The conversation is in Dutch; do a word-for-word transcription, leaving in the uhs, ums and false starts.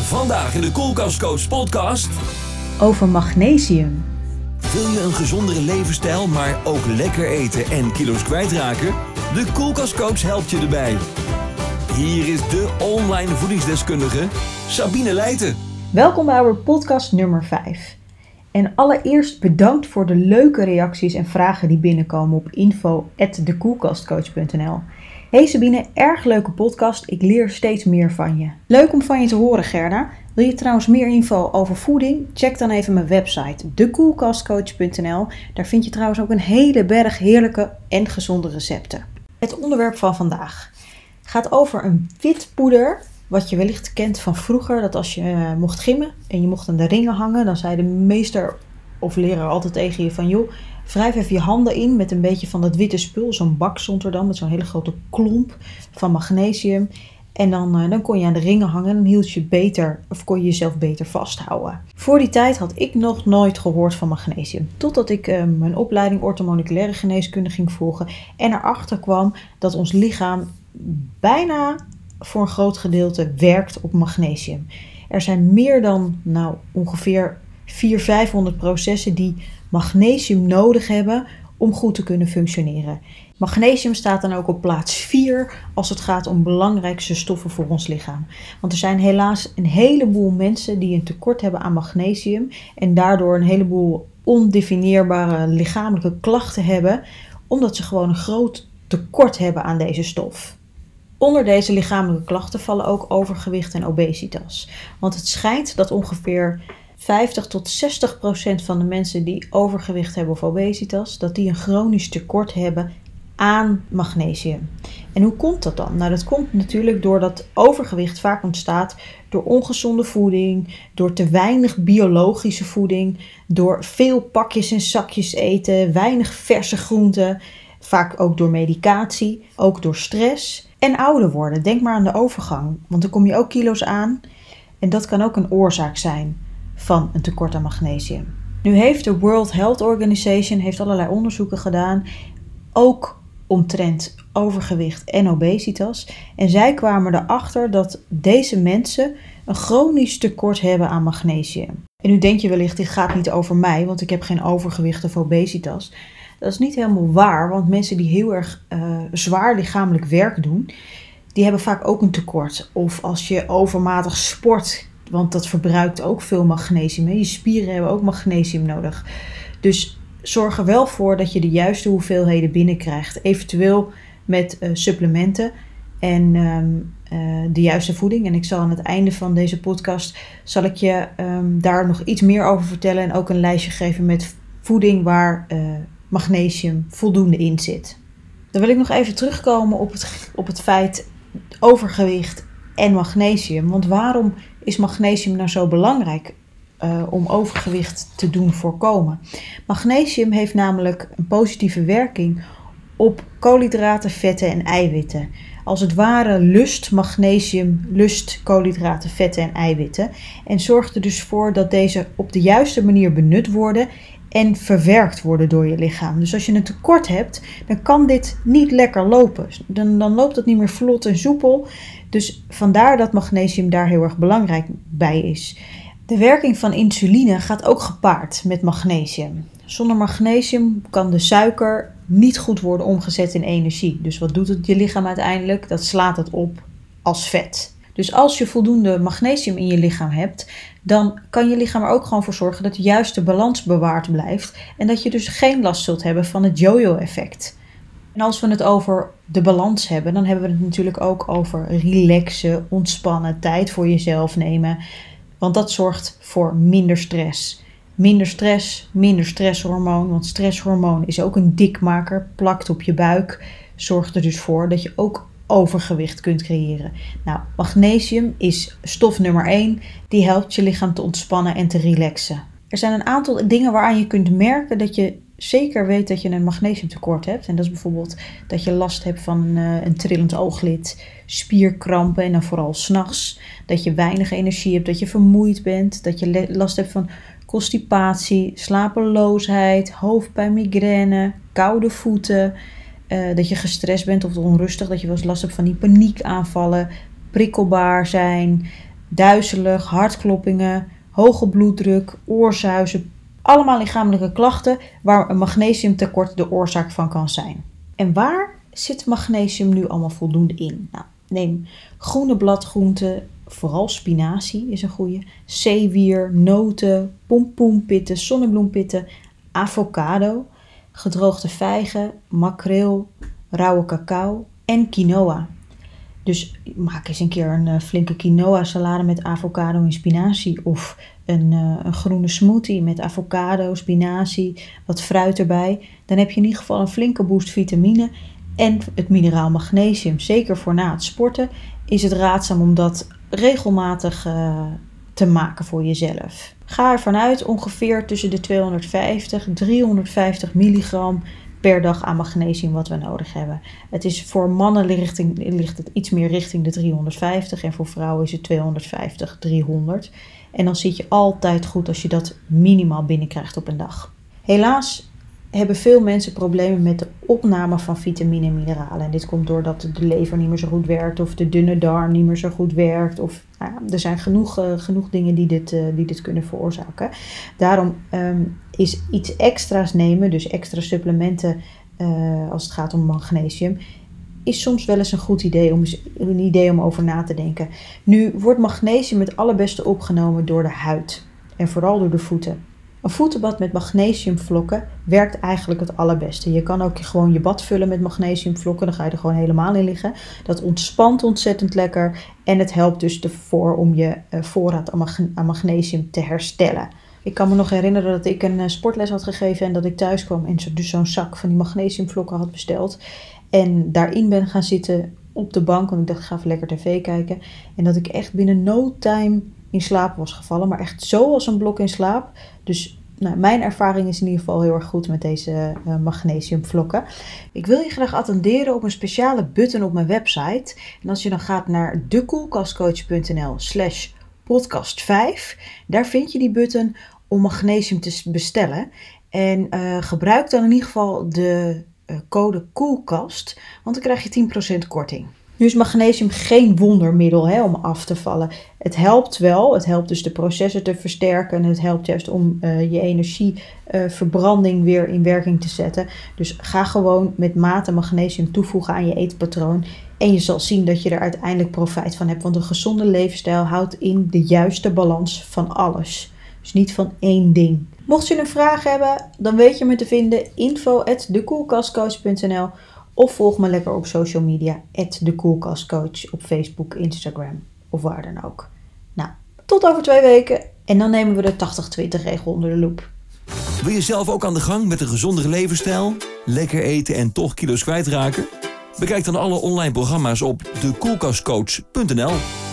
Vandaag in de Koelkastcoach podcast over magnesium. Wil je een gezondere levensstijl, maar ook lekker eten en kilo's kwijtraken? De Koelkastcoach helpt je erbij. Hier is de online voedingsdeskundige Sabine Leijten. Welkom bij our podcast nummer vijf. En allereerst bedankt voor de leuke reacties en vragen die binnenkomen op info at de koelkastcoach punt n l. Hey Sabine, erg leuke podcast. Ik leer steeds meer van je. Leuk om van je te horen, Gerda. Wil je trouwens meer info over voeding? Check dan even mijn website de koelkastcoach punt n l. Daar vind je trouwens ook een hele berg heerlijke en gezonde recepten. Het onderwerp van vandaag gaat over een wit poeder, wat je wellicht kent van vroeger. Dat als je uh, mocht gimmen en je mocht aan de ringen hangen, dan zei de meester of leraar altijd tegen je van, joh, wrijf even je handen in met een beetje van dat witte spul. Zo'n bak stond er dan met zo'n hele grote klomp van magnesium. En dan, uh, dan kon je aan de ringen hangen en dan hield je beter, of kon je jezelf beter vasthouden. Voor die tijd had ik nog nooit gehoord van magnesium. Totdat ik uh, mijn opleiding orthomoleculaire geneeskunde ging volgen en erachter kwam dat ons lichaam bijna voor een groot gedeelte werkt op magnesium. Er zijn meer dan nou, ongeveer vierhonderd, vijfhonderd processen die magnesium nodig hebben om goed te kunnen functioneren. Magnesium staat dan ook op plaats vier als het gaat om belangrijkste stoffen voor ons lichaam. Want er zijn helaas een heleboel mensen die een tekort hebben aan magnesium en daardoor een heleboel ondefinieerbare lichamelijke klachten hebben, omdat ze gewoon een groot tekort hebben aan deze stof. Onder deze lichamelijke klachten vallen ook overgewicht en obesitas. Want het schijnt dat ongeveer vijftig tot zestig procent van de mensen die overgewicht hebben of obesitas, dat die een chronisch tekort hebben aan magnesium. En hoe komt dat dan? Nou, dat komt natuurlijk doordat overgewicht vaak ontstaat door ongezonde voeding, door te weinig biologische voeding, door veel pakjes en zakjes eten, weinig verse groenten, vaak ook door medicatie, ook door stress en ouder worden. Denk maar aan de overgang, want dan kom je ook kilo's aan en dat kan ook een oorzaak zijn van een tekort aan magnesium. Nu heeft de World Health Organization heeft allerlei onderzoeken gedaan, ook omtrent overgewicht en obesitas. En zij kwamen erachter dat deze mensen een chronisch tekort hebben aan magnesium. En nu denk je wellicht, dit gaat niet over mij, want ik heb geen overgewicht of obesitas. Dat is niet helemaal waar, want mensen die heel erg uh, zwaar lichamelijk werk doen, die hebben vaak ook een tekort. Of als je overmatig sport, want dat verbruikt ook veel magnesium. Hè? Je spieren hebben ook magnesium nodig. Dus zorg er wel voor dat je de juiste hoeveelheden binnenkrijgt. Eventueel met uh, supplementen en um, uh, de juiste voeding. En ik zal aan het einde van deze podcast zal ik je um, daar nog iets meer over vertellen. En ook een lijstje geven met voeding waar uh, magnesium voldoende in zit. Dan wil ik nog even terugkomen op het, op het feit overgewicht en magnesium. Want waarom is magnesium nou zo belangrijk uh, om overgewicht te doen voorkomen? Magnesium heeft namelijk een positieve werking op koolhydraten, vetten en eiwitten. Als het ware lust magnesium, lust koolhydraten, vetten en eiwitten. En zorgt er dus voor dat deze op de juiste manier benut worden en verwerkt worden door je lichaam. Dus als je een tekort hebt, dan kan dit niet lekker lopen. Dan, dan loopt het niet meer vlot en soepel. Dus vandaar dat magnesium daar heel erg belangrijk bij is. De werking van insuline gaat ook gepaard met magnesium. Zonder magnesium kan de suiker niet goed worden omgezet in energie. Dus wat doet het je lichaam uiteindelijk? Dat slaat het op als vet. Dus als je voldoende magnesium in je lichaam hebt, dan kan je lichaam er ook gewoon voor zorgen dat de juiste balans bewaard blijft. En dat je dus geen last zult hebben van het yo-yo-effect. En als we het over de balans hebben, dan hebben we het natuurlijk ook over relaxen, ontspannen, tijd voor jezelf nemen. Want dat zorgt voor minder stress. Minder stress, minder stresshormoon. Want stresshormoon is ook een dikmaker, plakt op je buik. Zorgt er dus voor dat je ook overgewicht kunt creëren. Nou, magnesium is stof nummer één. Die helpt je lichaam te ontspannen en te relaxen. Er zijn een aantal dingen waaraan je kunt merken dat je zeker weet dat je een magnesiumtekort hebt. En dat is bijvoorbeeld dat je last hebt van een, een trillend ooglid, spierkrampen en dan vooral 's nachts. Dat je weinig energie hebt, dat je vermoeid bent, dat je last hebt van constipatie, slapeloosheid, hoofdpijn, migraine, koude voeten. Uh, dat je gestrest bent of onrustig, dat je wel eens last hebt van die paniekaanvallen, prikkelbaar zijn, duizelig, hartkloppingen, hoge bloeddruk, oorsuizen. Allemaal lichamelijke klachten waar een magnesiumtekort de oorzaak van kan zijn. En waar zit magnesium nu allemaal voldoende in? Nou, neem groene bladgroenten, vooral spinazie is een goede, zeewier, noten, pompoenpitten, zonnebloempitten, avocado, gedroogde vijgen, makreel, rauwe cacao en quinoa. Dus maak eens een keer een uh, flinke quinoa salade met avocado en spinazie. Of een, uh, een groene smoothie met avocado, spinazie, wat fruit erbij. Dan heb je in ieder geval een flinke boost vitamine en het mineraal magnesium. Zeker voor na het sporten is het raadzaam om dat regelmatig uh, te maken voor jezelf. Ga ervan uit ongeveer tussen de tweehonderdvijftig en driehonderdvijftig milligram per dag aan magnesium wat we nodig hebben. Het is voor mannen richting, ligt het iets meer richting de driehonderdvijftig en voor vrouwen is het tweehonderdvijftig, driehonderd. En dan zit je altijd goed als je dat minimaal binnenkrijgt op een dag. Helaas hebben veel mensen problemen met de opname van vitamine en mineralen. En dit komt doordat de lever niet meer zo goed werkt of de dunne darm niet meer zo goed werkt. Of, nou ja, er zijn genoeg, uh, genoeg dingen die dit, uh, die dit kunnen veroorzaken. Daarom um, is iets extra's nemen, dus extra supplementen uh, als het gaat om magnesium, is soms wel eens een goed idee om, een idee om over na te denken. Nu wordt magnesium het allerbeste opgenomen door de huid en vooral door de voeten. Een voetenbad met magnesiumvlokken werkt eigenlijk het allerbeste. Je kan ook gewoon je bad vullen met magnesiumvlokken. Dan ga je er gewoon helemaal in liggen. Dat ontspant ontzettend lekker. En het helpt dus ervoor om je voorraad aan magnesium te herstellen. Ik kan me nog herinneren dat ik een sportles had gegeven en dat ik thuis kwam en dus zo'n zak van die magnesiumvlokken had besteld. En daarin ben gaan zitten op de bank, want ik dacht ik ga even lekker tv kijken. En dat ik echt binnen no time in slaap was gevallen, maar echt zo als een blok in slaap. Dus nou, mijn ervaring is in ieder geval heel erg goed met deze uh, magnesiumvlokken. Ik wil je graag attenderen op een speciale button op mijn website. En als je dan gaat naar dekoelkastcoach.nl slash podcast vijf, daar vind je die button om magnesium te bestellen. En uh, gebruik dan in ieder geval de uh, code koelkast, want dan krijg je tien procent korting. Nu is magnesium geen wondermiddel hè, om af te vallen. Het helpt wel, het helpt dus de processen te versterken. Het helpt juist om uh, je energieverbranding uh, weer in werking te zetten. Dus ga gewoon met mate magnesium toevoegen aan je eetpatroon. En je zal zien dat je er uiteindelijk profijt van hebt. Want een gezonde levensstijl houdt in de juiste balans van alles. Dus niet van één ding. Mocht je een vraag hebben, dan weet je me te vinden. info at dekoelkastcoach punt n l Of volg me lekker op social media, at dekoelkastcoach op Facebook, Instagram of waar dan ook. Nou, tot over twee weken en dan nemen we de tachtig twintig regel onder de loep. Wil je zelf ook aan de gang met een gezondere levensstijl? Lekker eten en toch kilo's kwijtraken? Bekijk dan alle online programma's op dekoelkastcoach punt n l.